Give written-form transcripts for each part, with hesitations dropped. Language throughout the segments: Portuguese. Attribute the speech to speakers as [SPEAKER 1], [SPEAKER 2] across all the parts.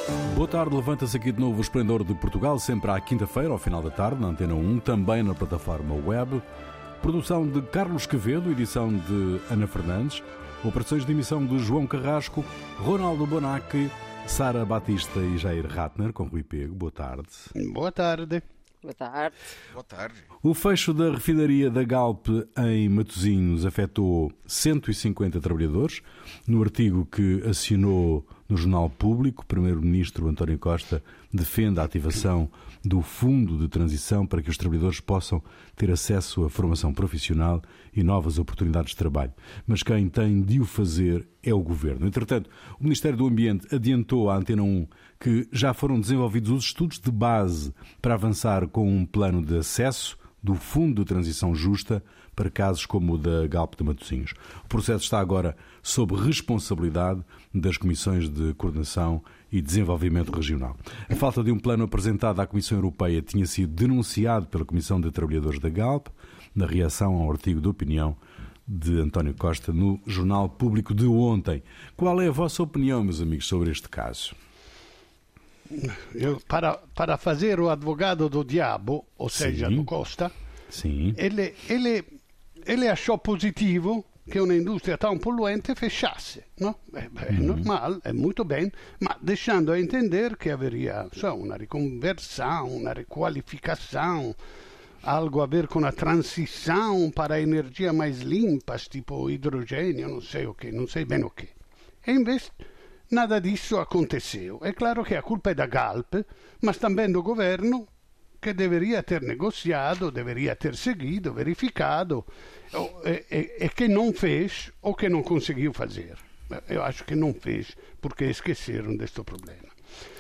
[SPEAKER 1] Boa tarde, levanta-se aqui de novo o Esplendor de Portugal, sempre à quinta-feira, ao final da tarde, na Antena 1, também na plataforma web. Produção de Carlos Quevedo, edição de Ana Fernandes, operações de emissão de João Carrasco, Ronaldo Bonacci, Sara Batista e Jair Ratner, com Rui Pego. Boa tarde.
[SPEAKER 2] Boa tarde.
[SPEAKER 3] Boa tarde.
[SPEAKER 4] Boa tarde.
[SPEAKER 1] O fecho da refinaria da Galp em Matosinhos afetou 150 trabalhadores. No artigo que assinou no Jornal Público, o Primeiro-Ministro António Costa defende a ativação do Fundo de Transição para que os trabalhadores possam ter acesso à formação profissional e novas oportunidades de trabalho. Mas quem tem de o fazer é o Governo. Entretanto, o Ministério do Ambiente adiantou à Antena 1 que já foram desenvolvidos os estudos de base para avançar com um plano de acesso do Fundo de Transição Justa para casos como o da Galp de Matosinhos. O processo está agora sob responsabilidade das Comissões de Coordenação e Desenvolvimento Regional. A falta de um plano apresentado à Comissão Europeia tinha sido denunciado pela Comissão de Trabalhadores da Galp, na reação ao artigo de opinião de António Costa no Jornal Público de ontem. Qual é a vossa opinião, meus amigos, sobre este caso?
[SPEAKER 2] Para fazer o advogado do diabo, ou seja, do Costa,
[SPEAKER 1] sim,
[SPEAKER 2] ele achou positivo che una industria tão poluente fechasse, no? É normal, é muito bem, mas deixando a entender que haveria uma reconversão, uma requalificação, algo a ver com a transição para energia mais limpas, tipo hidrogênio, não sei o que, não sei bem o que. E invece nada disso aconteceu. É claro que a culpa é da Galp, mas também do governo, que deveria ter negociado, deveria ter seguido, verificado, e que não fez ou que não conseguiu fazer. Eu acho que não fez, porque esqueceram deste problema.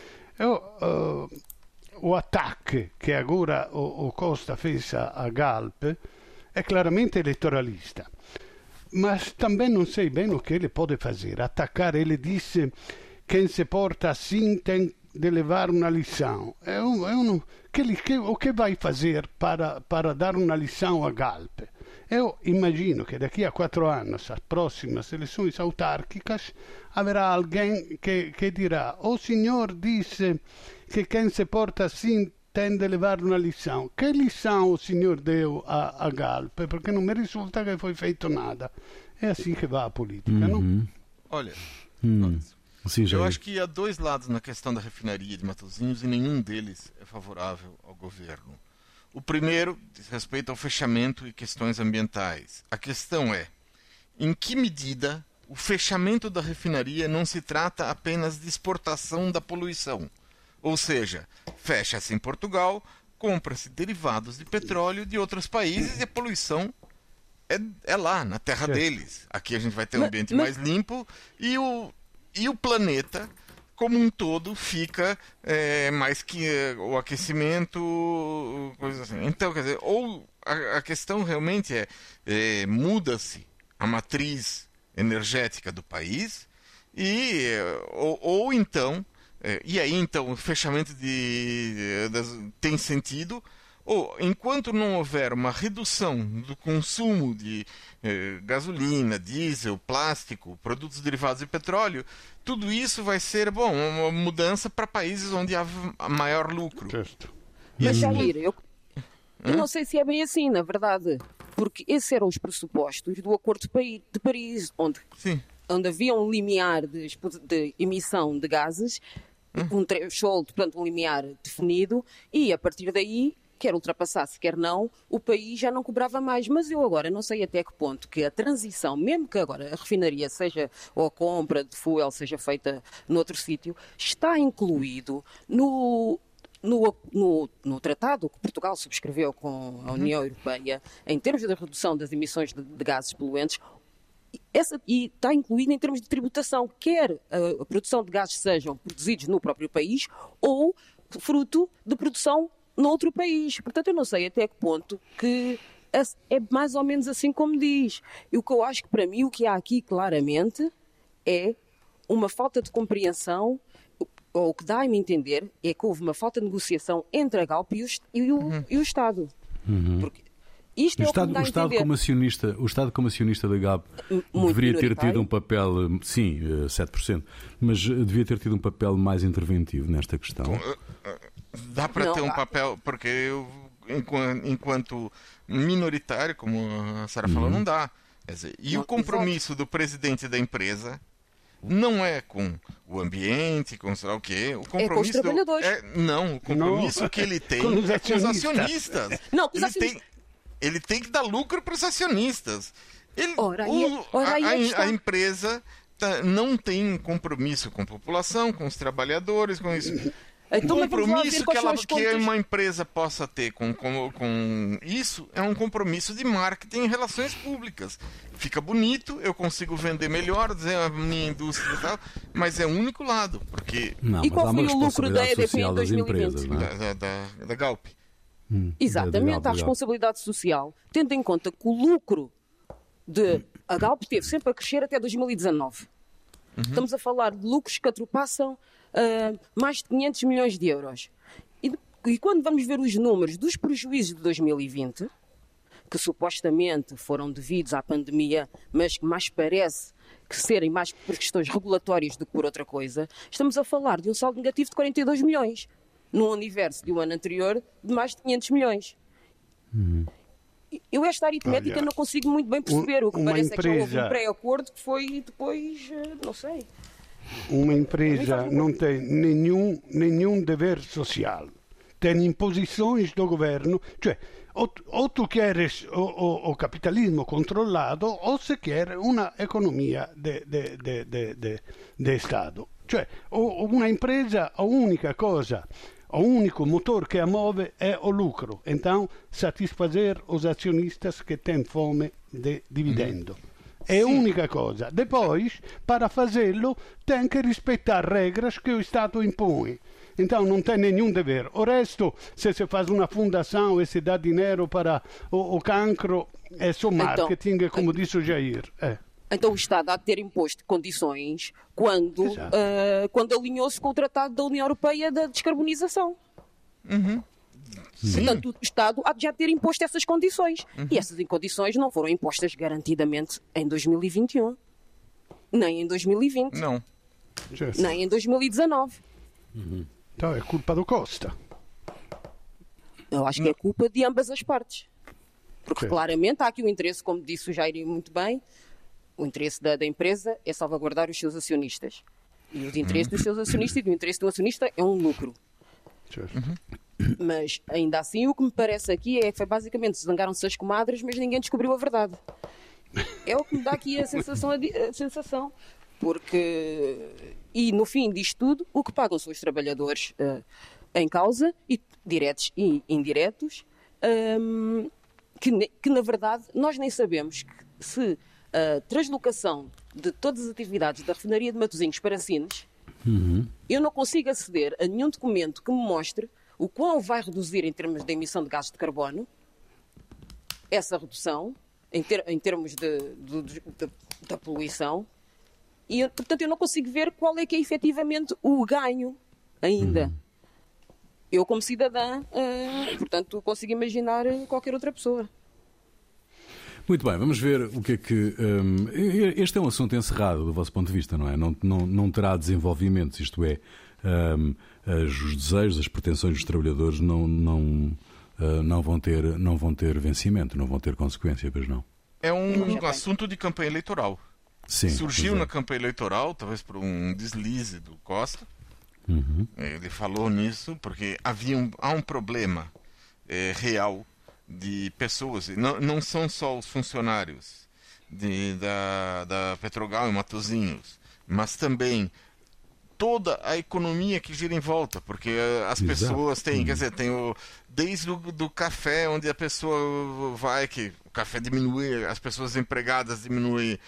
[SPEAKER 2] O ataque que agora o Costa fez a Galp é claramente eleitoralista. Mas também não sei bem o que ele pode fazer. Atacar, ele disse, quem se porta assim tem de levar uma lição. O que vai fazer para dar uma lição a Galp? Eu imagino que daqui a 4 anos, às próximas eleições autárquicas, haverá alguém que dirá: o senhor disse que quem se porta assim tem de levar uma lição. Que lição o senhor deu a Galp? Porque não me risulta que foi feito nada. É assim que vai a política, não?
[SPEAKER 4] Olha,
[SPEAKER 1] sim,
[SPEAKER 4] eu acho que há 2 lados na questão da refinaria de Matosinhos e nenhum deles é favorável ao governo. O primeiro diz respeito ao fechamento e questões ambientais. A questão é, em que medida o fechamento da refinaria não se trata apenas de exportação da poluição? Ou seja, fecha-se em Portugal, compra-se derivados de petróleo de outros países e a poluição é lá, na terra deles. Aqui a gente vai ter um ambiente mais limpo e o planeta como um todo fica mais que o aquecimento, coisas assim. Então, quer dizer, ou a questão realmente muda-se a matriz energética do país ou então e aí então o fechamento tem sentido, ou enquanto não houver uma redução do consumo de gasolina, diesel, plástico, produtos derivados de petróleo, tudo isso vai ser uma mudança para países onde há maior lucro.
[SPEAKER 3] Mas Jair, eu não sei se é bem assim, na verdade, porque esses eram os pressupostos do Acordo de Paris, onde havia um limiar de emissão de gases, um threshold, portanto um limiar definido, e a partir daí, quer ultrapassasse, quer não, o país já não cobrava mais. Mas eu agora não sei até que ponto que a transição, mesmo que agora a refinaria seja, ou a compra de fuel seja feita noutro sítio, está incluído no tratado que Portugal subscreveu com a União Europeia, em termos da redução das emissões de gases poluentes, e está incluído em termos de tributação, quer a produção de gases sejam produzidos no próprio país ou fruto de produção noutro país. Portanto, eu não sei até que ponto que é mais ou menos assim como diz. E o que eu acho que, para mim, o que há aqui claramente é uma falta de compreensão, ou o que dá-me a entender é que houve uma falta de negociação entre a Galp e o Estado. Isto é o que me dá a entender.
[SPEAKER 1] O Estado como acionista da Galp deveria ter tido um papel, sim, 7%, mas devia ter tido um papel mais interventivo nesta questão.
[SPEAKER 4] Dá para ter um papel, porque eu, enquanto minoritário, como a Sara falou, não dá. Quer dizer, o compromisso do presidente da empresa não é com o ambiente, com sei lá o quê. O compromisso
[SPEAKER 3] com os trabalhadores.
[SPEAKER 4] O compromisso que ele tem é com os acionistas.
[SPEAKER 3] Não, com os acionistas.
[SPEAKER 4] Ele tem que dar lucro para os acionistas. A empresa não tem um compromisso com a população, com os trabalhadores, com isso.
[SPEAKER 3] Então,
[SPEAKER 4] o compromisso que uma empresa possa ter com isso é um compromisso de marketing em relações públicas. Fica bonito, eu consigo vender melhor, dizer a minha indústria e tal, mas é o único lado. Porque...
[SPEAKER 3] E qual foi o lucro da EDP em 2020?
[SPEAKER 4] Da Galp.
[SPEAKER 3] Exatamente, a responsabilidade social, tendo em conta que o lucro de a Galp teve sempre a crescer até 2019. Estamos a falar de lucros que ultrapassam mais de 500 milhões de euros. E quando vamos ver os números dos prejuízos de 2020, que supostamente foram devidos à pandemia, mas que mais parece que serem mais por questões regulatórias do que por outra coisa, estamos a falar de um saldo negativo de 42 milhões. No universo de um ano anterior, de mais de 500 milhões. Eu esta aritmética não consigo muito bem perceber. O que parece é que já houve um pré-acordo que foi depois, não sei.
[SPEAKER 2] Uma empresa não tem nenhum dever social. Tem imposições do governo. Cioè, ou tu queres o capitalismo controllado, ou se quer una economia de Estado. Cioè, uma empresa, a única coisa, o único motor que a move é o lucro. Então, satisfazer os acionistas que têm fome de dividendo. É a única coisa. Depois, para fazê-lo, tem que respeitar regras que o Estado impõe. Então, não tem nenhum dever. O resto, se faz uma fundação e se dá dinheiro para o cancro, é só marketing, como disse o Jair.
[SPEAKER 3] Então o Estado há de ter imposto condições quando alinhou-se com o Tratado da União Europeia da descarbonização. Portanto, o Estado há de já ter imposto essas condições. E essas condições não foram impostas garantidamente em 2021. Nem em 2020.
[SPEAKER 4] Não.
[SPEAKER 3] Nem em 2019.
[SPEAKER 2] Então é culpa do Costa.
[SPEAKER 3] Eu acho que é culpa de ambas as partes. Porque claramente há aqui o interesse, como disse o Jair muito bem, o interesse da empresa é salvaguardar os seus acionistas. E o interesse dos seus acionistas e o interesse do acionista é um lucro. Mas, ainda assim, o que me parece aqui é que foi basicamente zangaram-se as comadres, mas ninguém descobriu a verdade. É o que me dá aqui a sensação. Porque, e no fim disto tudo, o que pagam são os trabalhadores em causa, e diretos e indiretos, que na verdade nós nem sabemos se a translocação de todas as atividades da refinaria de Matosinhos para Sines, eu não consigo aceder a nenhum documento que me mostre o quão vai reduzir em termos de emissão de gases de carbono essa redução, em termos da poluição, e portanto eu não consigo ver qual é que é efetivamente o ganho ainda. Eu como cidadã, portanto, consigo imaginar qualquer outra pessoa.
[SPEAKER 1] Muito bem, vamos ver o que é que... este é um assunto encerrado do vosso ponto de vista, não é? Não terá desenvolvimentos, isto é, os desejos, as pretensões dos trabalhadores não vão ter vencimento, não vão ter consequência, pois não?
[SPEAKER 4] É um assunto de campanha eleitoral.
[SPEAKER 1] Sim,
[SPEAKER 4] surgiu na campanha eleitoral, talvez por um deslize do Costa. Ele falou nisso porque há um problema real de pessoas, não são só os funcionários da Petrogal e Matosinhos, mas também toda a economia que gira em volta, porque as pessoas têm, quer dizer, desde do café, onde a pessoa vai, que o café diminui, as pessoas empregadas diminuem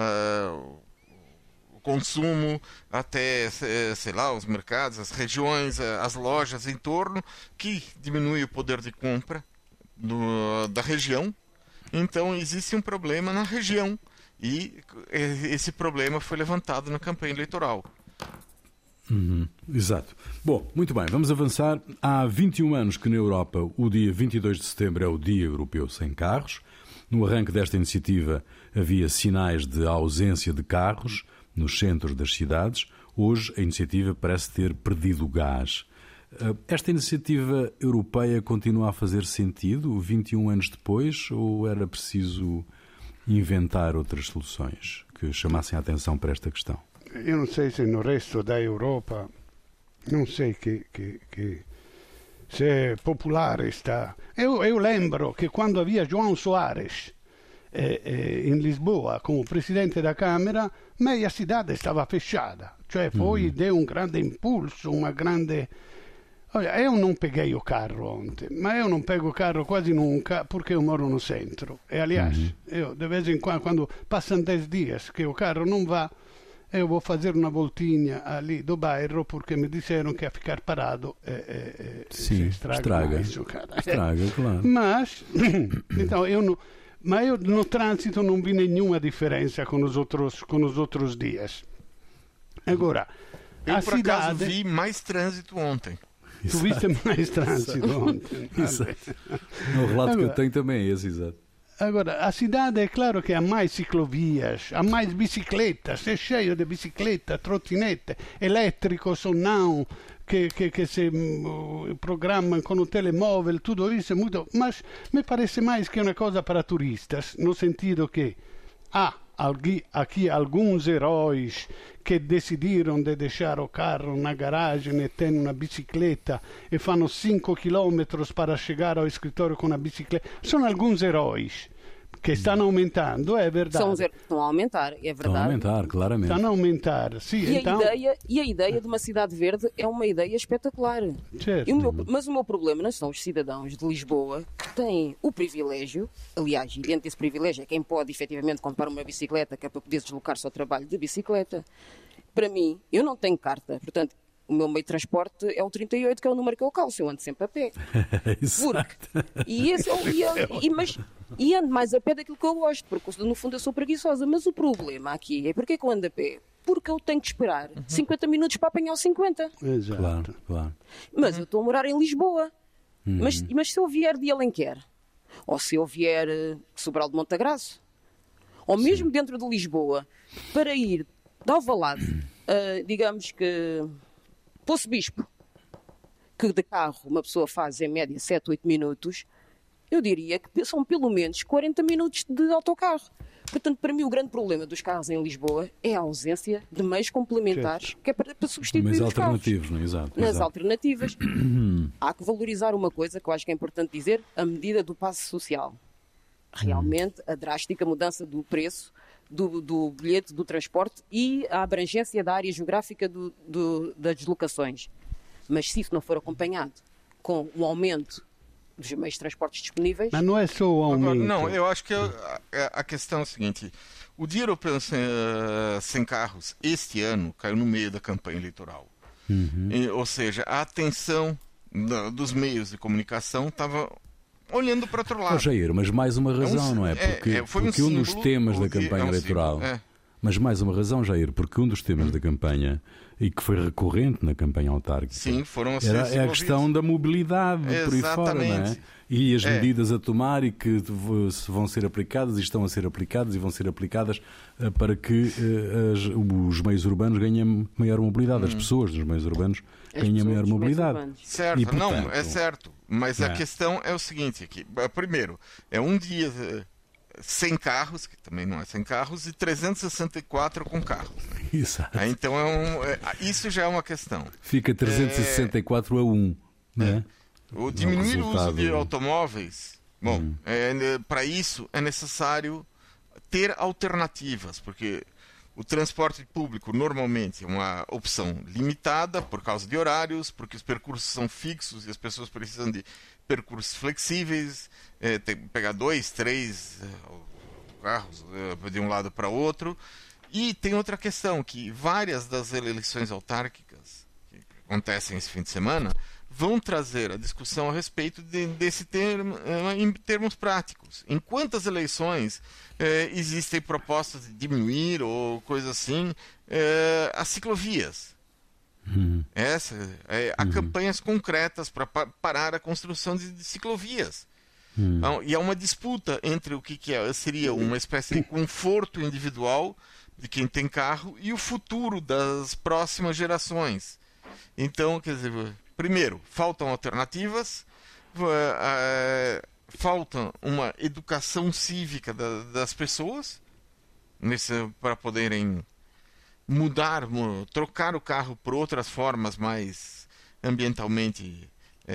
[SPEAKER 4] o consumo, até, sei lá, os mercados, as regiões, as lojas em torno, que diminui o poder de compra da região. Então existe um problema na região, e esse problema foi levantado na campanha eleitoral.
[SPEAKER 1] Exato. Bom, muito bem, vamos avançar. Há 21 anos que na Europa o dia 22 de setembro é o Dia Europeu Sem Carros. No arranque desta iniciativa havia sinais de ausência de carros nos centros das cidades. Hoje a iniciativa parece ter perdido o gás. Esta iniciativa europeia continua a fazer sentido 21 anos depois ou era preciso inventar outras soluções que chamassem a atenção para esta questão?
[SPEAKER 2] Eu não sei se no resto da Europa, não sei se é popular está. Eu lembro que quando havia João Soares em Lisboa como presidente da Câmara, meia cidade estava fechada. Cioè deu um grande impulso, uma grande... Olha, eu não peguei o carro ontem, mas eu não pego o carro quase nunca porque eu moro no centro. E, aliás, eu de vez em quando passam 10 dias que o carro não va, eu vou fazer uma voltinha ali do bairro porque me disseram que a ficar parado
[SPEAKER 1] Sim, estraga
[SPEAKER 2] mais o carro.
[SPEAKER 1] Estraga, claro.
[SPEAKER 2] Mas, então, eu no trânsito não vi nenhuma diferença com os outros dias. Agora,
[SPEAKER 4] eu
[SPEAKER 2] a
[SPEAKER 4] por
[SPEAKER 2] cidade...
[SPEAKER 4] acaso vi mais trânsito ontem.
[SPEAKER 2] Tu viste mais trânsito ontem.
[SPEAKER 1] O relato que eu tenho também é esse, exato.
[SPEAKER 2] Agora, a cidade é claro que há mais ciclovias, há mais bicicletas, é cheio de bicicletas, trotinete, elétricos ou não, que se programam com o telemóvel, tudo isso é muito... Mas me parece mais que uma coisa para turistas, no sentido que há aqui alguns heróis que decidiram de deixar o carro na garagem e têm uma bicicleta e fanno 5 quilômetros para chegar ao escritório com a bicicleta. São alguns heróis que estão aumentando, é verdade.
[SPEAKER 3] Estão a aumentar, é verdade.
[SPEAKER 1] Estão a aumentar, claramente.
[SPEAKER 2] Estão a aumentar, sim.
[SPEAKER 3] E a ideia de uma cidade verde é uma ideia espetacular.
[SPEAKER 2] Certo.
[SPEAKER 3] Mas o meu problema não são os cidadãos de Lisboa que têm o privilégio, aliás, e dentro desse privilégio é quem pode efetivamente comprar uma bicicleta que é para poder deslocar-se ao trabalho de bicicleta. Para mim, eu não tenho carta, portanto, o meu meio de transporte é o 38, que é o número que eu calço, eu ando sempre a pé. E ando mais a pé daquilo que eu gosto, porque no fundo eu sou preguiçosa. Mas o problema aqui é porque é que eu ando a pé? Porque eu tenho que esperar 50 minutos para apanhar o 50.
[SPEAKER 2] Exato.
[SPEAKER 1] Claro.
[SPEAKER 3] Mas eu estou a morar em Lisboa. Mas se eu vier de Alenquer, ou se eu vier de Sobral de Montagraço, ou mesmo dentro de Lisboa, para ir de Alvalade, digamos que Poço Bispo, que de carro uma pessoa faz em média 7, 8 minutos, eu diria que são pelo menos 40 minutos de autocarro. Portanto, para mim o grande problema dos carros em Lisboa é a ausência de meios complementares que é para substituir os carros.
[SPEAKER 1] Alternativos, não é? Exato.
[SPEAKER 3] Nas alternativas. Há que valorizar uma coisa que eu acho que é importante dizer, a medida do passe social. Realmente, a drástica mudança do preço do bilhete do transporte e a abrangência da área geográfica das deslocações. Mas se isso não for acompanhado com o aumento dos meios de transportes disponíveis...
[SPEAKER 2] Mas não é só o aumento.
[SPEAKER 4] Agora, não, eu acho que a questão é o seguinte. O Dia Europeu Sem Carros, este ano, caiu no meio da campanha eleitoral. Ou seja, a atenção dos meios de comunicação estava olhando para outro lado.
[SPEAKER 1] Jair, mas mais uma razão, não é? Porque um dos temas da campanha eleitoral... Mas mais uma razão, Jair, porque um dos temas da campanha, e que foi recorrente na campanha autárquica,
[SPEAKER 4] sim, foram
[SPEAKER 1] é a questão da mobilidade por aí fora, não é? E as medidas a tomar e que vão ser aplicadas e estão a ser aplicadas e vão ser aplicadas para que os meios urbanos ganhem maior mobilidade, as pessoas dos meios urbanos ganhem maior mobilidade.
[SPEAKER 4] Certo, e, portanto, não, é certo. Mas a questão é o seguinte, aqui, primeiro, é um dia sem carros, que também não é sem carros, e 364 com carros. Né?
[SPEAKER 1] Exato.
[SPEAKER 4] Então isso já é uma questão.
[SPEAKER 1] Fica 364 a 1. Né?
[SPEAKER 4] O diminuir o uso de automóveis, para isso é necessário ter alternativas, porque o transporte público normalmente é uma opção limitada por causa de horários, porque os percursos são fixos e as pessoas precisam de percursos flexíveis, tem que pegar 2, 3 carros de um lado para outro. E tem outra questão, que várias das eleições autárquicas que acontecem esse fim de semana vão trazer a discussão a respeito desse termo em termos práticos. Em quantas eleições existem propostas de diminuir ou coisa assim as ciclovias? Há campanhas concretas para parar a construção de ciclovias. E há uma disputa entre o que seria uma espécie de conforto individual de quem tem carro e o futuro das próximas gerações. Então, quer dizer, primeiro, faltam alternativas, falta uma educação cívica das pessoas para poderem trocar o carro por outras formas mais ambientalmente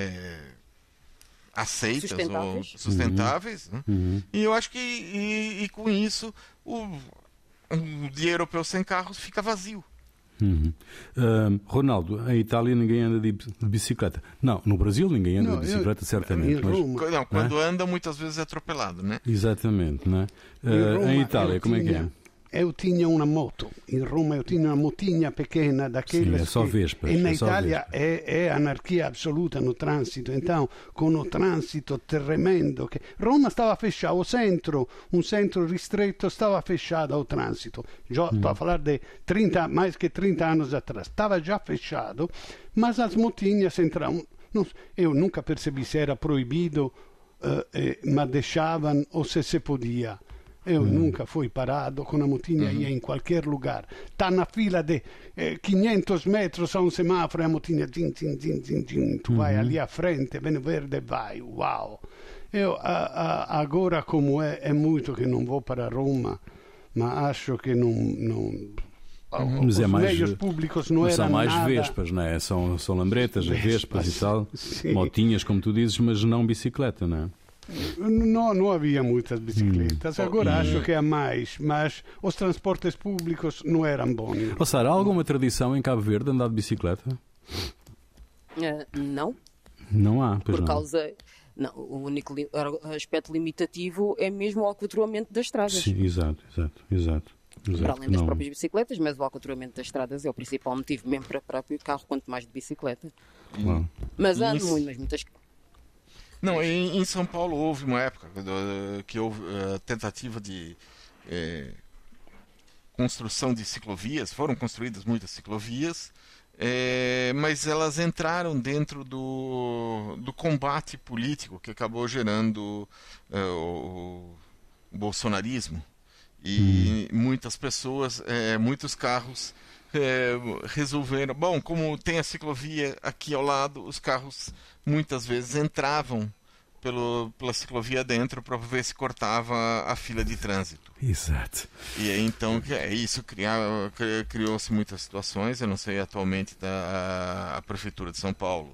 [SPEAKER 4] aceitas ou sustentáveis. Né? E eu acho que com isso o dia europeu sem carros fica vazio.
[SPEAKER 1] Ronaldo, em Itália ninguém anda de bicicleta. Não, no Brasil ninguém anda de bicicleta, certamente.
[SPEAKER 4] Não, quando anda, muitas vezes é atropelado, né?
[SPEAKER 1] Exatamente, né? Em Itália, como é que é?
[SPEAKER 2] Eu tinha uma moto, em Roma eu tinha uma motinha pequena daquelas.
[SPEAKER 1] Sim, é só vespas.
[SPEAKER 2] E na Itália é anarquia absoluta no trânsito, então com o trânsito tremendo. Roma stava fechada, um centro ristretto stava fechado ao trânsito. Estou a falar de mais que 30 anos atrás. Estava já fechado, mas as motinhas entravam. Eu nunca percebi se era proibido, mas deixavam ou se podia. Eu nunca fui parado com a motinha, ia em qualquer lugar. Está na fila de 500 metros a um semáforo e a motinha, tu vai ali à frente, vem verde, vai, uau. Eu, agora como é muito que não vou para Roma, mas acho que
[SPEAKER 1] Mas
[SPEAKER 2] os meios públicos não eram
[SPEAKER 1] são mais
[SPEAKER 2] nada.
[SPEAKER 1] vespas, não é? São lambretas, vespas e tal,
[SPEAKER 2] sim.
[SPEAKER 1] motinhas, como tu dizes, mas não bicicleta, não é?
[SPEAKER 2] Não havia muitas bicicletas, agora acho que há mais, mas os transportes públicos não eram bons.
[SPEAKER 1] Sara, há alguma tradição em Cabo Verde andar de bicicleta?
[SPEAKER 3] Não.
[SPEAKER 1] Não há, pois
[SPEAKER 3] Por
[SPEAKER 1] não.
[SPEAKER 3] causa... Não, o único aspecto limitativo é mesmo o alcatroamento das estradas.
[SPEAKER 1] Sim, exato.
[SPEAKER 3] Para além das próprias bicicletas, mas o alcatroamento das estradas é o principal motivo, mesmo para o próprio carro, quanto mais de bicicleta. Mas há muitas...
[SPEAKER 4] Não, em São Paulo houve uma época que houve tentativa de construção de ciclovias, foram construídas muitas ciclovias, mas elas entraram dentro do combate político que acabou gerando o bolsonarismo. E muitas pessoas, muitos carros resolveram... Bom, como tem a ciclovia aqui ao lado, os carros muitas vezes entravam pela ciclovia dentro para ver se cortava a fila de trânsito.
[SPEAKER 1] Exato.
[SPEAKER 4] E aí, então, isso criou-se muitas situações. Eu não sei, atualmente a Prefeitura de São Paulo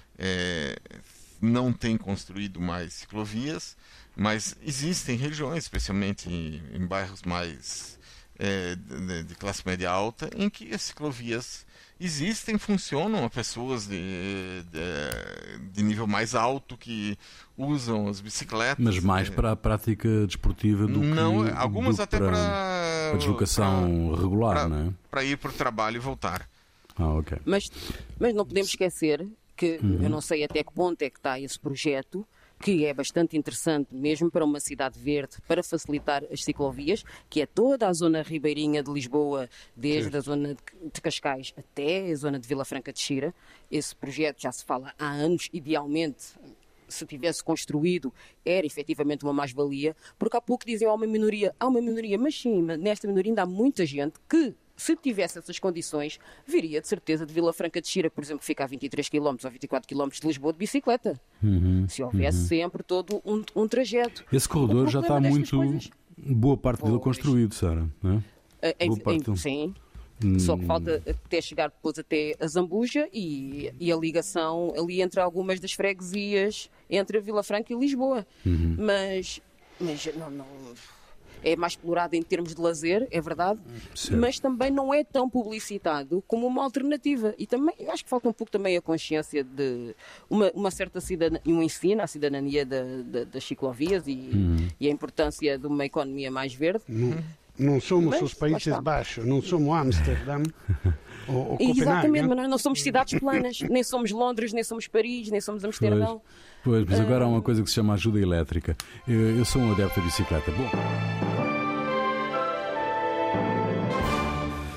[SPEAKER 4] não tem construído mais ciclovias, mas existem regiões, especialmente em bairros mais de classe média alta, em que as ciclovias existem, funcionam, há pessoas de nível mais alto que usam as bicicletas.
[SPEAKER 1] Mas mais para a prática desportiva do que...
[SPEAKER 4] Algumas até para
[SPEAKER 1] a deslocação regular, não é?
[SPEAKER 4] Para ir para o trabalho e voltar.
[SPEAKER 1] Ok.
[SPEAKER 3] Mas não podemos esquecer que, eu não sei até que ponto é que está esse projeto, que é bastante interessante mesmo para uma cidade verde, para facilitar as ciclovias, que é toda a zona ribeirinha de Lisboa, desde a zona de Cascais até a zona de Vila Franca de Xira. Esse projeto já se fala há anos, idealmente, se tivesse construído, era efetivamente uma mais-valia, porque há pouco diziam há uma minoria, mas sim, nesta minoria ainda há muita gente que, se tivesse essas condições, viria de certeza de Vila Franca de Xira, por exemplo, que fica a 23 km ou 24 km de Lisboa de bicicleta. Se houvesse sempre todo um trajeto.
[SPEAKER 1] Esse corredor já está muito... Boa parte dele construído, Sara, não é?
[SPEAKER 3] Sim. Só que falta até chegar depois até a Zambuja e a ligação ali entre algumas das freguesias entre a Vila Franca e Lisboa. Mas não... É mais explorado em termos de lazer, é verdade, mas também não é tão publicitado como uma alternativa. E também, eu acho que falta um pouco também a consciência de uma certa cidadania, um ensino à cidadania das ciclovias e a importância de uma economia mais verde.
[SPEAKER 2] Não somos os Países Baixos, não somos Amsterdã ou Copenhague.
[SPEAKER 3] Exatamente, mas nós não somos cidades planas, nem somos Londres, nem somos Paris, nem somos Amsterdão.
[SPEAKER 1] Pois, mas agora há uma coisa que se chama ajuda elétrica. Eu sou um adepto da bicicleta. Bom,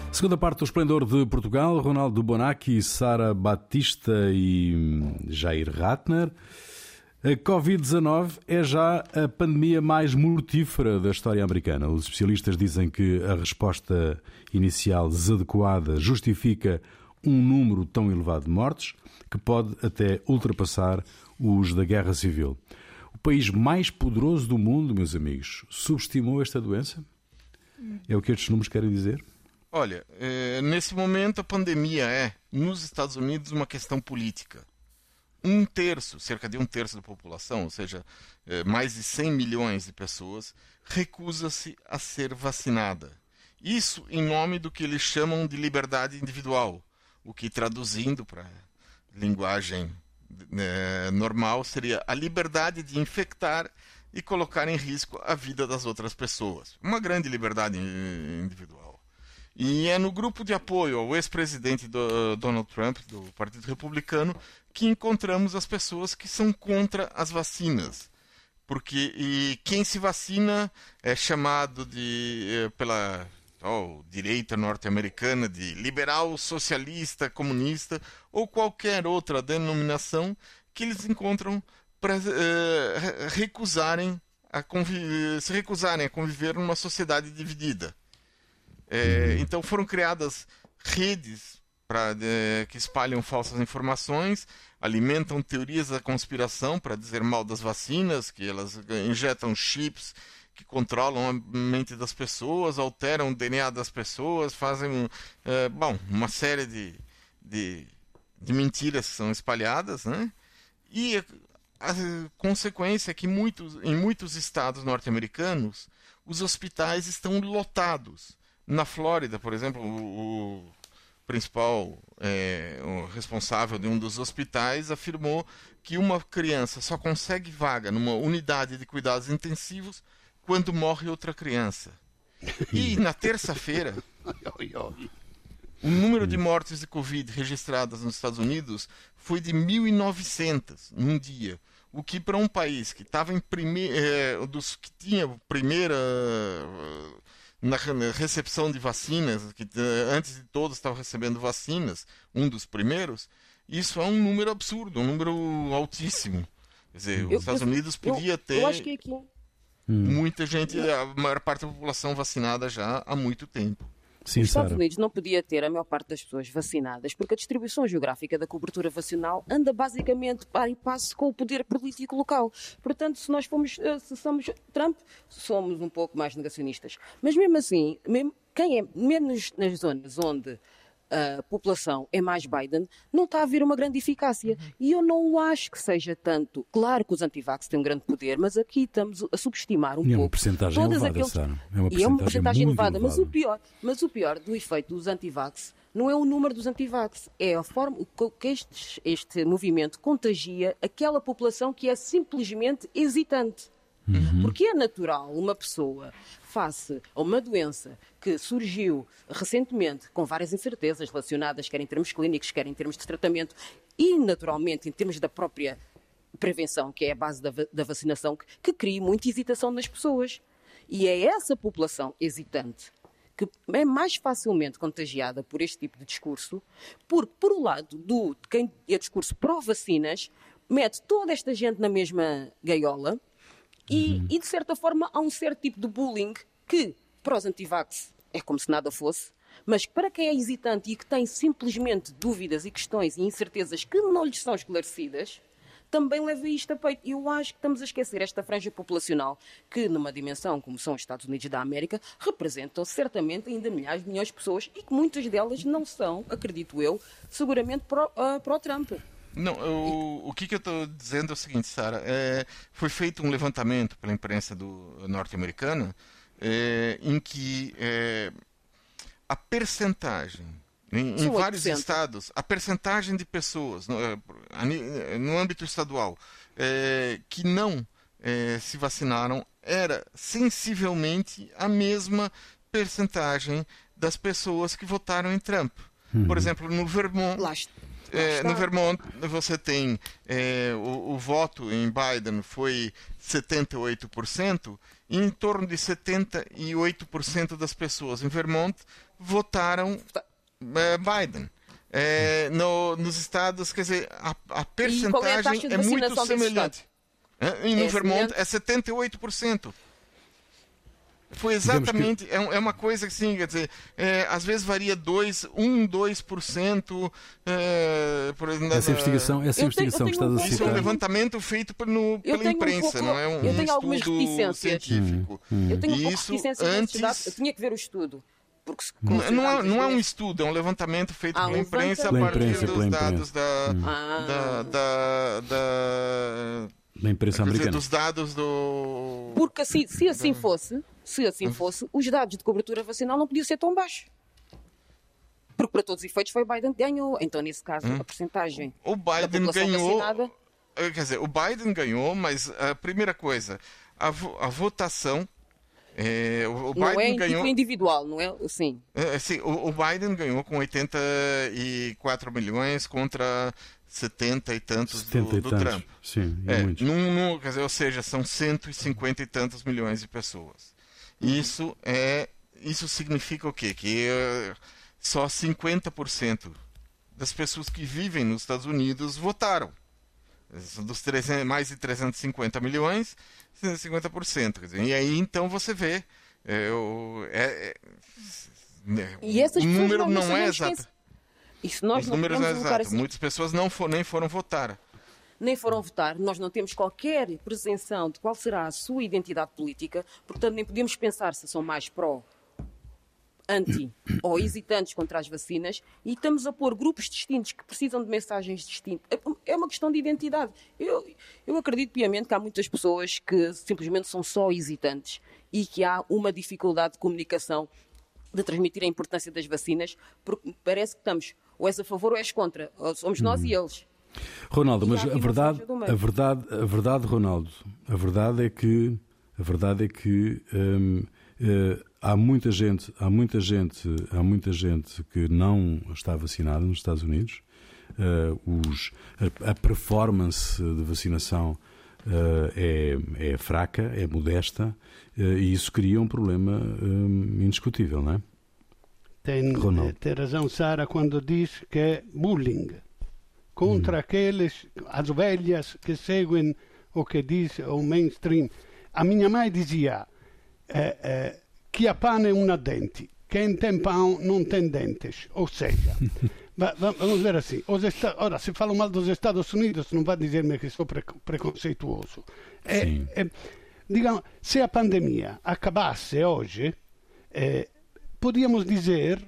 [SPEAKER 1] Segunda parte do Esplendor de Portugal, Ronaldo Bonacci, Sara Batista e Jair Ratner. A Covid-19 é já a pandemia mais mortífera da história americana. Os especialistas dizem que a resposta inicial desadequada justifica um número tão elevado de mortes que pode até ultrapassar os da Guerra Civil. O país mais poderoso do mundo, meus amigos, subestimou esta doença? É o que estes números querem dizer?
[SPEAKER 4] Olha, nesse momento a pandemia é, nos Estados Unidos, uma questão política. Cerca de um terço da população, ou seja, mais de 100 milhões de pessoas, recusa-se a ser vacinada. Isso em nome do que eles chamam de liberdade individual, o que, traduzindo para linguagem normal, seria a liberdade de infectar e colocar em risco a vida das outras pessoas. Uma grande liberdade individual. E é no grupo de apoio ao ex-presidente Donald Trump, do Partido Republicano, que encontramos as pessoas que são contra as vacinas. Porque quem se vacina é chamado pela direita norte-americana de liberal, socialista, comunista ou qualquer outra denominação que eles encontram para se recusarem a conviver numa sociedade dividida. Então foram criadas redes que espalham falsas informações, alimentam teorias da conspiração para dizer mal das vacinas, que elas injetam chips que controlam a mente das pessoas, alteram o DNA das pessoas, fazem uma série de mentiras que são espalhadas, né? E a consequência é que em muitos estados norte-americanos os hospitais estão lotados. Na Flórida, por exemplo, o principal o responsável de um dos hospitais afirmou que uma criança só consegue vaga numa unidade de cuidados intensivos quando morre outra criança. E na terça-feira, o número de mortes de Covid registradas nos Estados Unidos foi de 1.900 num dia, o que para um país que estava dos que tinha primeira na recepção de vacinas, que antes de todos estavam recebendo vacinas, um dos primeiros, isso é um número absurdo, um número altíssimo. Quer dizer, os Estados Unidos podia ter muita gente, a maior parte da população vacinada já há muito tempo.
[SPEAKER 1] Sim,
[SPEAKER 3] os Estados
[SPEAKER 1] Sara.
[SPEAKER 3] Unidos não podia ter a maior parte das pessoas vacinadas porque a distribuição geográfica da cobertura vacinal anda basicamente par e passo com o poder político local. Portanto, se somos Trump, somos um pouco mais negacionistas. Mas mesmo assim, mesmo nas zonas onde a população é mais Biden, não está a haver uma grande eficácia. E eu não acho que seja tanto. Claro que os antivax têm um grande poder, mas aqui estamos a subestimar um pouco.
[SPEAKER 1] É uma porcentagem elevada, Sara.
[SPEAKER 3] É uma porcentagem elevada,
[SPEAKER 1] elevada.
[SPEAKER 3] Mas o pior do efeito dos antivax não é o número dos antivax, é a forma que este movimento contagia aquela população que é simplesmente hesitante. Porque é natural uma pessoa, face a uma doença que surgiu recentemente, com várias incertezas relacionadas, quer em termos clínicos, quer em termos de tratamento, e naturalmente em termos da própria prevenção, que é a base da vacinação, que cria muita hesitação nas pessoas. E é essa população hesitante que é mais facilmente contagiada por este tipo de discurso, porque, por um lado, de quem é discurso pró-vacinas, mete toda esta gente na mesma gaiola. E, de certa forma, há um certo tipo de bullying que, para os antivax, é como se nada fosse, mas para quem é hesitante e que tem simplesmente dúvidas e questões e incertezas que não lhes são esclarecidas, também leva isto a peito. E eu acho que estamos a esquecer esta franja populacional que, numa dimensão como são os Estados Unidos da América, representam certamente ainda milhares de milhões de pessoas e que muitas delas não são, acredito eu, seguramente para o Trump.
[SPEAKER 4] Não, o que eu estou dizendo é o seguinte, Sara, foi feito um levantamento pela imprensa norte-americana em que a percentagem, em vários estados, a percentagem de pessoas no âmbito estadual que não se vacinaram era sensivelmente a mesma percentagem das pessoas que votaram em Trump. Por exemplo, no Vermont... no Vermont, você tem o voto em Biden foi 78%, e em torno de 78% das pessoas em Vermont votaram Biden. Nos estados, quer dizer, a percentagem é muito semelhante. E no Vermont é 78%. Foi exatamente, é uma coisa assim, quer dizer, às vezes varia 2%.
[SPEAKER 1] Essa investigação que estás a citar.
[SPEAKER 4] Isso é um levantamento feito pela imprensa, não é um estudo científico.
[SPEAKER 3] Eu tenho um pouco de reticência nesses dados, eu tinha que ver o estudo.
[SPEAKER 4] Não é um estudo, é um levantamento feito pela imprensa a partir dos dados da
[SPEAKER 1] imprensa americana.
[SPEAKER 4] Dos dados do...
[SPEAKER 3] Porque se assim fosse, os dados de cobertura vacinal não podiam ser tão baixos. Porque para todos os efeitos foi Biden que ganhou. Então, nesse caso, a percentagem
[SPEAKER 4] o Biden
[SPEAKER 3] da população
[SPEAKER 4] ganhou,
[SPEAKER 3] vacinada...
[SPEAKER 4] Quer dizer, o Biden ganhou, mas a primeira coisa, a votação... o
[SPEAKER 3] não
[SPEAKER 4] Biden
[SPEAKER 3] é
[SPEAKER 4] ganhou
[SPEAKER 3] individual, não é? Sim.
[SPEAKER 4] Sim, o Biden ganhou com 84 milhões contra 70 e tantos do Trump.
[SPEAKER 1] Sim,
[SPEAKER 4] quer dizer, ou seja, são 150 e tantos milhões de pessoas. Isso significa o quê? Que só 50% das pessoas que vivem nos Estados Unidos votaram. Dos mais de 350 milhões, 50%. Quer dizer, e aí então você vê.
[SPEAKER 3] E essas
[SPEAKER 4] o número não é
[SPEAKER 3] exato. Isso nós
[SPEAKER 4] Os
[SPEAKER 3] não
[SPEAKER 4] números não é exato.
[SPEAKER 3] Assim.
[SPEAKER 4] Muitas pessoas nem foram votar.
[SPEAKER 3] Nem foram votar. Nós não temos qualquer presunção de qual será a sua identidade política, portanto nem podemos pensar se são mais pró, anti ou hesitantes contra as vacinas, e estamos a pôr grupos distintos que precisam de mensagens distintas. É uma questão de identidade. Eu acredito piamente que há muitas pessoas que simplesmente são só hesitantes e que há uma dificuldade de comunicação de transmitir a importância das vacinas, porque parece que estamos ou és a favor ou és contra, ou somos nós e eles.
[SPEAKER 1] Ronaldo, mas a verdade, Ronaldo, a verdade é que há muita gente que não está vacinada nos Estados Unidos. A performance de vacinação é fraca, é modesta, e isso cria um problema indiscutível, não é?
[SPEAKER 2] Tem razão Sara quando diz que é bullying contra aqueles, as ovelhas que seguem o que diz o mainstream. A minha mãe dizia chi ha pane non ha denti, quem tem pão não tem dentes. Ou seja, vamos ver assim, ora, se falo mal dos Estados Unidos não vai dizer-me que sou preconceituoso. Digamos, se a pandemia acabasse hoje, podíamos dizer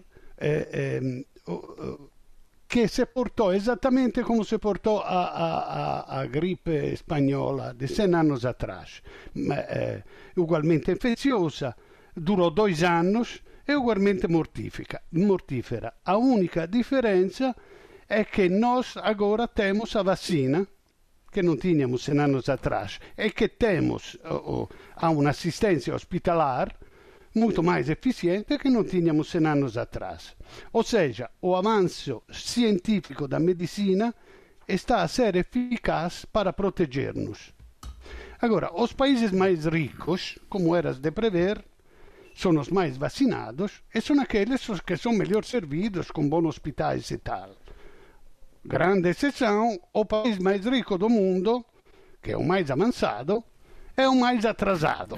[SPEAKER 2] che si portò esattamente come si portò a gripe spagnola di 100 anni atrás, ugualmente infecciosa, durò 2 anni e ugualmente mortífera. A única differenza è che noi agora temos a vacina che non tínhamos 100 anos atrás e que temos a un'assistenza hospitalar muito mais eficiente que não tínhamos 100 anos atrás. Ou seja, o avanço científico da medicina está a ser eficaz para proteger-nos. Agora, os países mais ricos, como eras de prever, são os mais vacinados e são aqueles que são melhor servidos com bons hospitais e tal. Grande exceção, o país mais rico do mundo, que é o mais avançado, é o mais atrasado.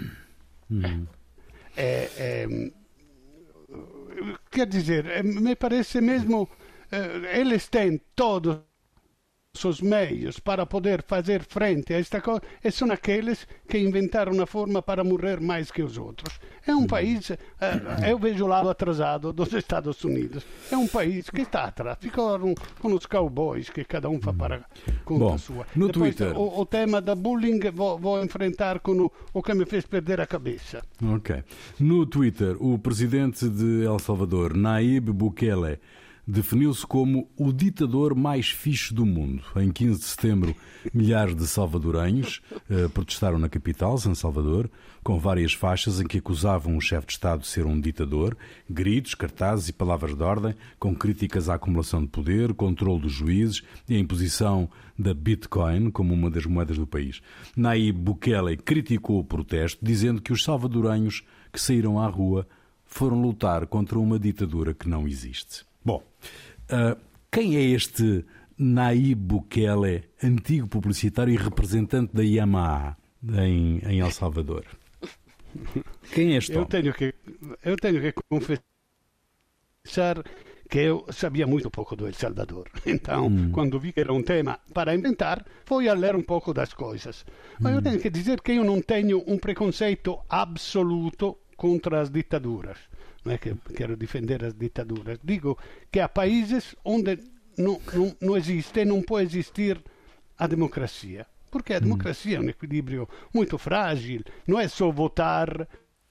[SPEAKER 2] Quer dizer, me parece mesmo eles têm todos os meios para poder fazer frente a esta coisa e são aqueles que inventaram a forma para morrer mais que os outros. É um país, eu vejo o lado atrasado dos Estados Unidos. É um país que está atrás. Ficaram com os cowboys que cada um faz para conta sua.
[SPEAKER 1] No
[SPEAKER 2] Depois,
[SPEAKER 1] Twitter.
[SPEAKER 2] O tema da bullying vou enfrentar com o que me fez perder a cabeça.
[SPEAKER 1] Ok. No Twitter, o presidente de El Salvador, Nayib Bukele, definiu-se como o ditador mais fixe do mundo. Em 15 de setembro, milhares de salvadorenhos protestaram na capital, San Salvador, com várias faixas em que acusavam o chefe de Estado de ser um ditador, gritos, cartazes e palavras de ordem, com críticas à acumulação de poder, controle dos juízes e a imposição da Bitcoin como uma das moedas do país. Nayib Bukele criticou o protesto, dizendo que os salvadorenhos que saíram à rua foram lutar contra uma ditadura que não existe. Bom, quem é este Nayib Bukele, antigo publicitário e representante da Yamaha em El Salvador? Quem é este homem?
[SPEAKER 2] Eu tenho que confessar que eu sabia muito pouco do El Salvador. Então, quando vi que era um tema para inventar, fui a ler um pouco das coisas. Mas eu tenho que dizer que eu não tenho um preconceito absoluto contra as ditaduras. Não é que quero defender as ditaduras. Digo que há países onde não existe, não pode existir a democracia. Porque a democracia é um equilíbrio muito frágil, não é só votar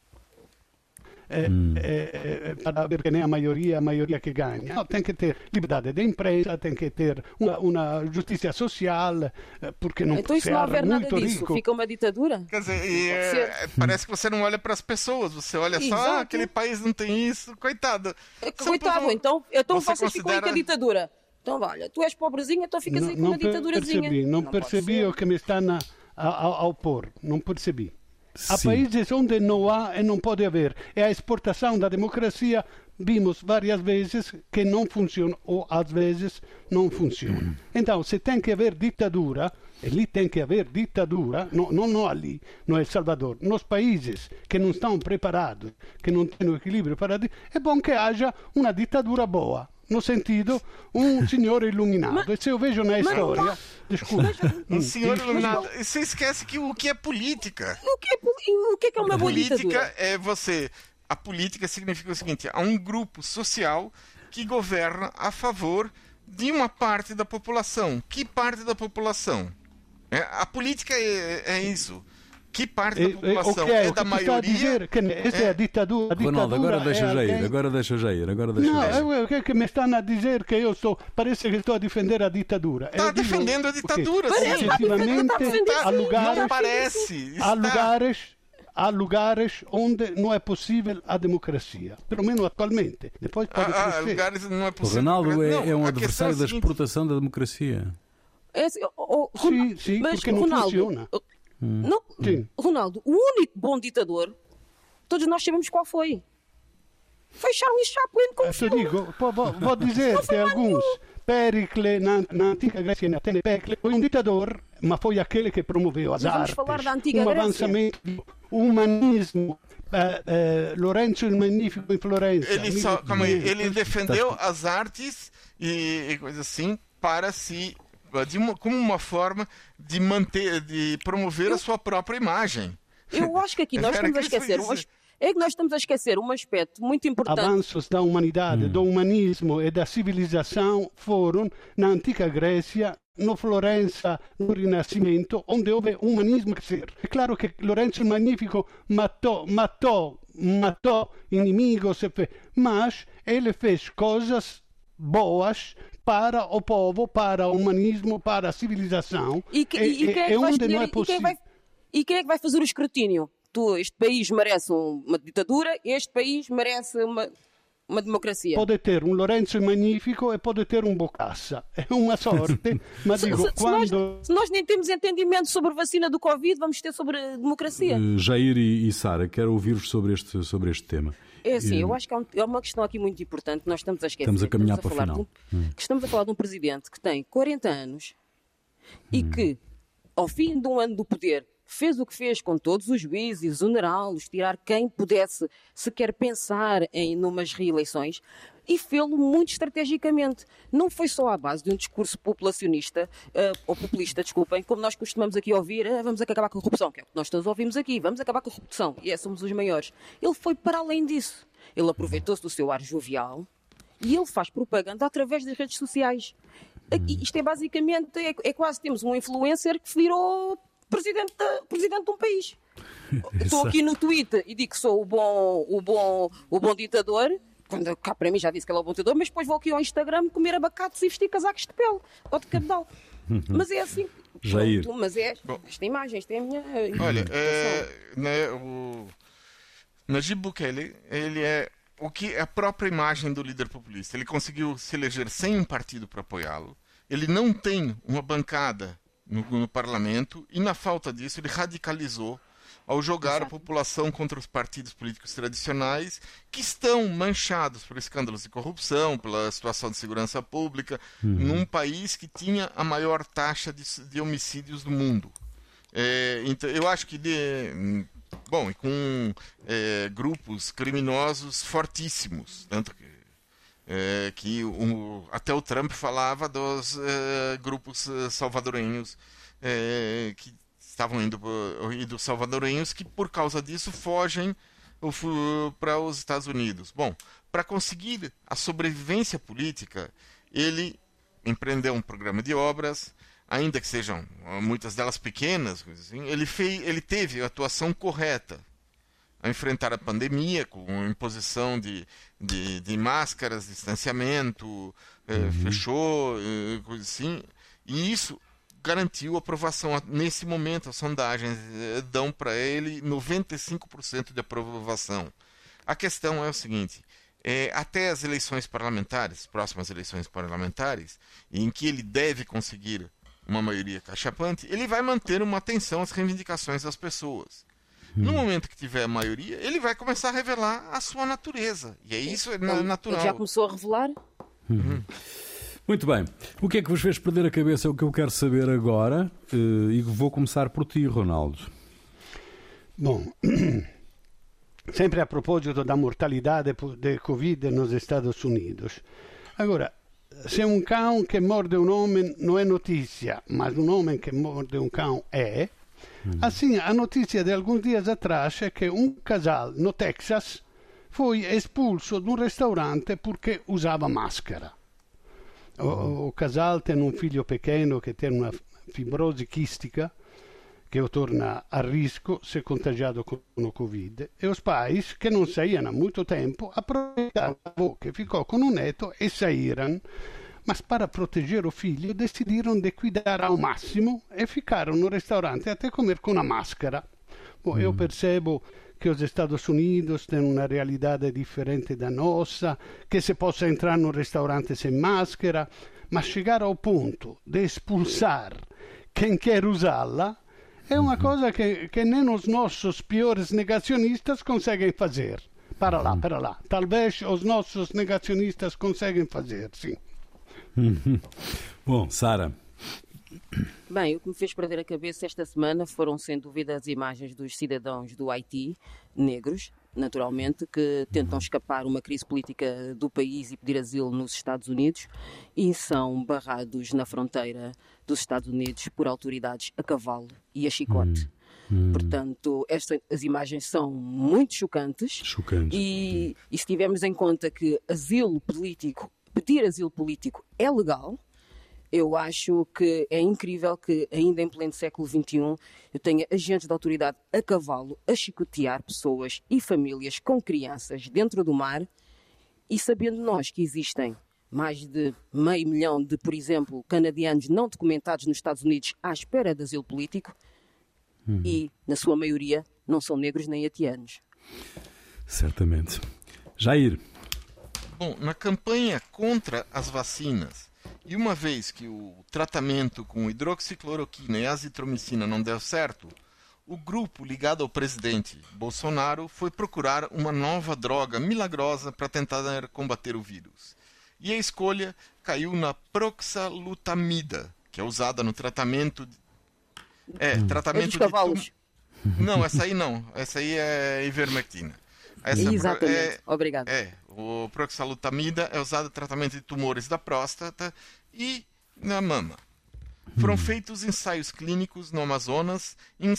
[SPEAKER 2] para ver que nem a maioria que ganha. Não, tem que ter liberdade de imprensa, tem que ter uma justiça social, porque não
[SPEAKER 3] então, se não houver nada
[SPEAKER 2] muito
[SPEAKER 3] disso,
[SPEAKER 2] rico.
[SPEAKER 3] fica uma ditadura?
[SPEAKER 4] Quer dizer, parece que você não olha para as pessoas, você olha só, aquele país não tem isso, coitado.
[SPEAKER 3] Coitado, então vocês ficam aí com a ditadura. Então, olha, tu és pobrezinho, então ficas aí com uma ditadurazinha.
[SPEAKER 2] Não percebi o que me estão a opor, não percebi. Há
[SPEAKER 1] Sim.
[SPEAKER 2] países onde não há e não pode haver. E a exportação da democracia, vimos várias vezes que não funciona, ou às vezes não funciona. Então, se tem que haver ditadura, e lì tem que haver ditadura, não ali, no El Salvador, nos países que não estão preparados, que não têm o equilíbrio para... É bom que haja uma ditadura boa. No sentido, um senhor iluminado. E se eu vejo na história... Desculpa.
[SPEAKER 4] Um senhor iluminado. E você esquece que o que é política?
[SPEAKER 3] O que é uma boa ditadura?
[SPEAKER 4] Política é você... A política significa o seguinte, há um grupo social que governa a favor de uma parte da população. Que parte da população? A política é isso. Que parte da população é da maioria?
[SPEAKER 2] Dizer que essa é a ditadura.
[SPEAKER 1] Ronaldo, agora deixa Jair.
[SPEAKER 2] Não, o que é que me estão a dizer que eu estou... Parece que estou a defender a ditadura.
[SPEAKER 4] Está defendendo a ditadura,
[SPEAKER 2] sim. Efetivamente,
[SPEAKER 4] não parece.
[SPEAKER 2] Há lugares onde não é possível a democracia. Pelo menos atualmente. Depois pode
[SPEAKER 4] há lugares onde não é possível.
[SPEAKER 1] O Ronaldo é um adversário da exportação da democracia.
[SPEAKER 2] Sim, porque não funciona.
[SPEAKER 3] Não, Ronaldo, o único bom ditador, todos nós sabemos qual foi. Foi Charles Chaplin com o filme.
[SPEAKER 2] Vou dizer-te alguns. Pericle, na antiga Grécia, na Atene, Pericle foi um ditador, mas foi aquele que promoveu as artes.
[SPEAKER 3] Vamos falar da antiga Grécia.
[SPEAKER 2] Avançamento do humanismo. Lorenzo il Magnifico em Florença.
[SPEAKER 4] Ele defendeu as artes e coisas assim para si... como uma forma de manter, de promover a sua própria imagem.
[SPEAKER 3] Eu acho que aqui nós estamos a esquecer nós estamos a esquecer um aspecto muito importante.
[SPEAKER 2] Avanços da humanidade, do humanismo e da civilização foram na antiga Grécia, no Florença, no Rinascimento, onde houve humanismo crescer. É claro que Lorenzo il Magnifico matou inimigos, mas ele fez coisas boas para o povo, para o humanismo, para a civilização.
[SPEAKER 3] E quem é que vai fazer o escrutínio? Este país merece uma ditadura, este país merece uma democracia.
[SPEAKER 2] Pode ter um Lorenzo Magnifico e pode ter um Bocassa. É uma sorte, mas
[SPEAKER 3] se nós nem temos entendimento sobre a vacina do Covid, vamos ter sobre a democracia.
[SPEAKER 1] Jair e Sara, quero ouvir-vos sobre este tema.
[SPEAKER 3] É assim, eu acho que é uma questão aqui muito importante, nós estamos a esquecer.
[SPEAKER 1] Estamos a caminhar para o final.
[SPEAKER 3] Estamos a falar de um presidente que tem 40 anos e que, ao fim de um ano do poder, fez o que fez com todos os juízes, exonerá-los, tirar quem pudesse sequer pensar em numas reeleições, e fê-lo muito estrategicamente. Não foi só à base de um discurso populacionista, ou populista, desculpem, como nós costumamos aqui ouvir, vamos acabar com a corrupção, que é o que nós todos ouvimos aqui, vamos acabar com a corrupção, e somos os maiores. Ele foi para além disso. Ele aproveitou-se do seu ar jovial e ele faz propaganda através das redes sociais. Isto é basicamente, é quase temos um influencer que virou presidente de um país. Estou aqui no Twitter e digo que sou o bom ditador, quando cá para mim já disse que ele é o bom ditador, mas depois vou aqui ao Instagram comer abacates e vestir casacos de pele ou de cabedal. Mas é assim. Pronto, mas esta imagem, esta é a minha...
[SPEAKER 4] Olha, o Nayib Bukele, ele é o que é a própria imagem do líder populista. Ele conseguiu se eleger sem um partido para apoiá-lo. Ele não tem uma bancada no parlamento e, na falta disso, ele radicalizou ao jogar
[SPEAKER 3] Exato.
[SPEAKER 4] a população contra os partidos políticos tradicionais, que estão manchados por escândalos de corrupção, pela situação de segurança pública, num país que tinha a maior taxa de homicídios do mundo. Então, eu acho que bom, e com grupos criminosos fortíssimos, tanto que até o Trump falava dos grupos salvadorenhos que estavam indo e dos salvadorenhos que por causa disso fogem para os Estados Unidos. Bom, para conseguir a sobrevivência política, ele empreendeu um programa de obras, ainda que sejam muitas delas pequenas, assim, ele teve a atuação correta a enfrentar a pandemia, com imposição de máscaras, distanciamento, fechou, coisa assim, e isso garantiu aprovação. Nesse momento, as sondagens dão para ele 95% de aprovação. A questão é o seguinte: até as eleições parlamentares, próximas eleições parlamentares, em que ele deve conseguir uma maioria cachapante, ele vai manter uma atenção às reivindicações das pessoas. No momento que tiver a maioria, ele vai começar a revelar a sua natureza. E isso é natural.
[SPEAKER 3] Ele já começou a revelar?
[SPEAKER 1] Muito bem. O que é que vos fez perder a cabeça? É o que eu quero saber agora. E vou começar por ti, Ronaldo.
[SPEAKER 2] Bom, sempre a propósito da mortalidade de Covid nos Estados Unidos. Agora, se um cão que morde um homem não é notícia, mas um homem que morde um cão é, assim, a notícia de alguns dias atrás é que um casal no Texas foi expulso de um restaurante porque usava máscara. O casal tem um filho pequeno que tem uma fibrose quistica que o torna a risco se contagiado com o Covid, e os pais, que não saíam há muito tempo, aproveitaram l'avô que ficou com o neto e saíram, mas para proteger o filho decidiram de cuidar ao máximo e ficaram no restaurante até comer com a máscara. Bom, eu percebo que os Estados Unidos têm uma realidade diferente da nossa, que se possa entrar no restaurante sem máscara, mas chegar ao ponto de expulsar quem quer usá-la é uma coisa que nem os nossos piores negacionistas conseguem fazer. Para lá. Talvez os nossos negacionistas conseguem fazer, sim.
[SPEAKER 1] Bom, Sara.
[SPEAKER 3] Bem, o que me fez perder a cabeça esta semana foram, sem dúvida, as imagens dos cidadãos do Haiti, negros, naturalmente, que tentam escapar uma crise política do país e pedir asilo nos Estados Unidos e são barrados na fronteira dos Estados Unidos por autoridades a cavalo e a chicote. Portanto, as imagens são muito chocantes. E se tivermos em conta que pedir asilo político é legal, eu acho que é incrível que, ainda em pleno século XXI, eu tenha agentes de autoridade a cavalo a chicotear pessoas e famílias com crianças dentro do mar, e sabendo nós que existem mais de 500 mil de, por exemplo, canadianos não documentados nos Estados Unidos à espera de asilo político, e, na sua maioria, não são negros nem haitianos.
[SPEAKER 1] Certamente. Jair.
[SPEAKER 4] Bom, na campanha contra as vacinas, e uma vez que o tratamento com hidroxicloroquina e azitromicina não deu certo, o grupo ligado ao presidente Bolsonaro foi procurar uma nova droga milagrosa para tentar combater o vírus. E a escolha caiu na proxalutamida, que é usada no tratamento tratamento
[SPEAKER 3] dos cavalos.
[SPEAKER 4] Não, essa aí não. Essa aí é ivermectina.
[SPEAKER 3] Exatamente. Obrigado.
[SPEAKER 4] O proxalutamida é usado no tratamento de tumores da próstata e na mama. Foram feitos ensaios clínicos no Amazonas em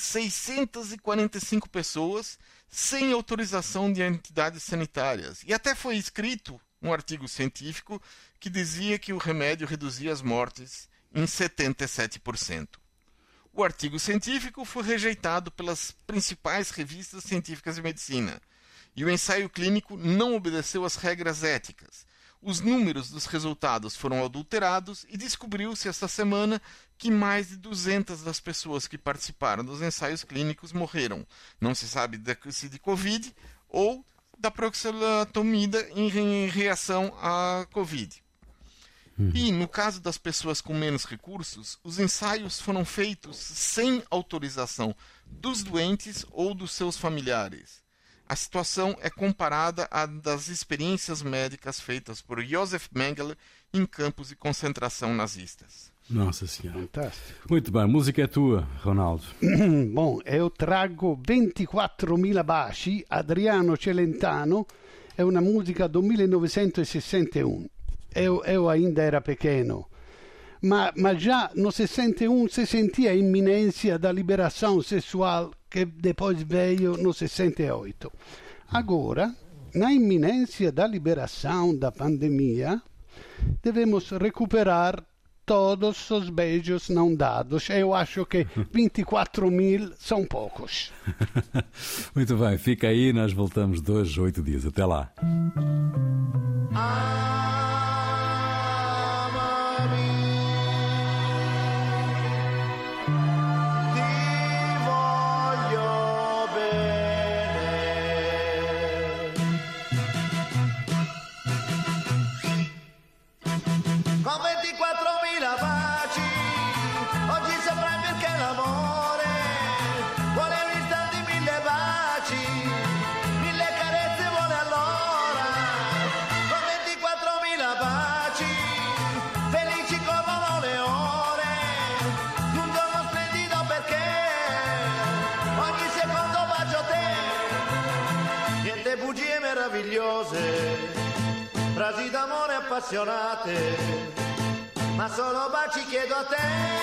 [SPEAKER 4] 645 pessoas sem autorização de entidades sanitárias. E até foi escrito um artigo científico que dizia que o remédio reduzia as mortes em 77%. O artigo científico foi rejeitado pelas principais revistas científicas de medicina. E o ensaio clínico não obedeceu às regras éticas. Os números dos resultados foram adulterados e descobriu-se esta semana que mais de 200 das pessoas que participaram dos ensaios clínicos morreram. Não se sabe se de Covid ou da proxalutamida em reação à Covid. E, no caso das pessoas com menos recursos, os ensaios foram feitos sem autorização dos doentes ou dos seus familiares. A situação é comparada à das experiências médicas feitas por Josef Mengele em campos de concentração nazistas.
[SPEAKER 1] Nossa Senhora.
[SPEAKER 2] Fantástico.
[SPEAKER 1] Muito bem, a música é tua, Ronaldo.
[SPEAKER 2] Bom, eu trago 24.000 baci, Adriano Celentano, è una musica del 1961. Eu ainda era pequeno, ma già no 61 si sentia a iminência da liberação sexual que depois veio no 68. Agora, na iminência da liberação da pandemia, devemos recuperar todos os beijos não dados. Eu acho que 24.000 são poucos.
[SPEAKER 1] Muito bem, fica aí, nós voltamos 2 a 8 dias. Até lá.
[SPEAKER 5] Con 24.000 baci, oggi saprai perché l'amore vuole un istante 1000 baci, 1000 carezze vuole allora. Con 24.000 baci, felici corrono le ore, un giorno splendido perché ogni secondo bacio te, niente bugie meravigliose, frasi d'amore appassionate, ma solo baci chiedo a te.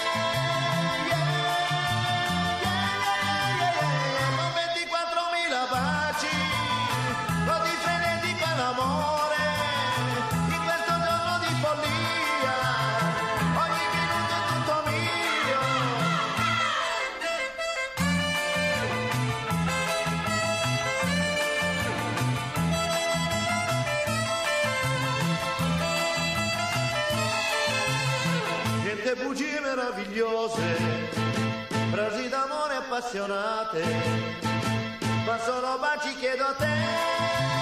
[SPEAKER 5] Con 24.000 baci, così frenetico è l'amore, in questo giorno di follia, ogni minuto è tutto mio. Niente bugie meravigliose, frasi d'amore appassionate, ma solo baci chiedo a te.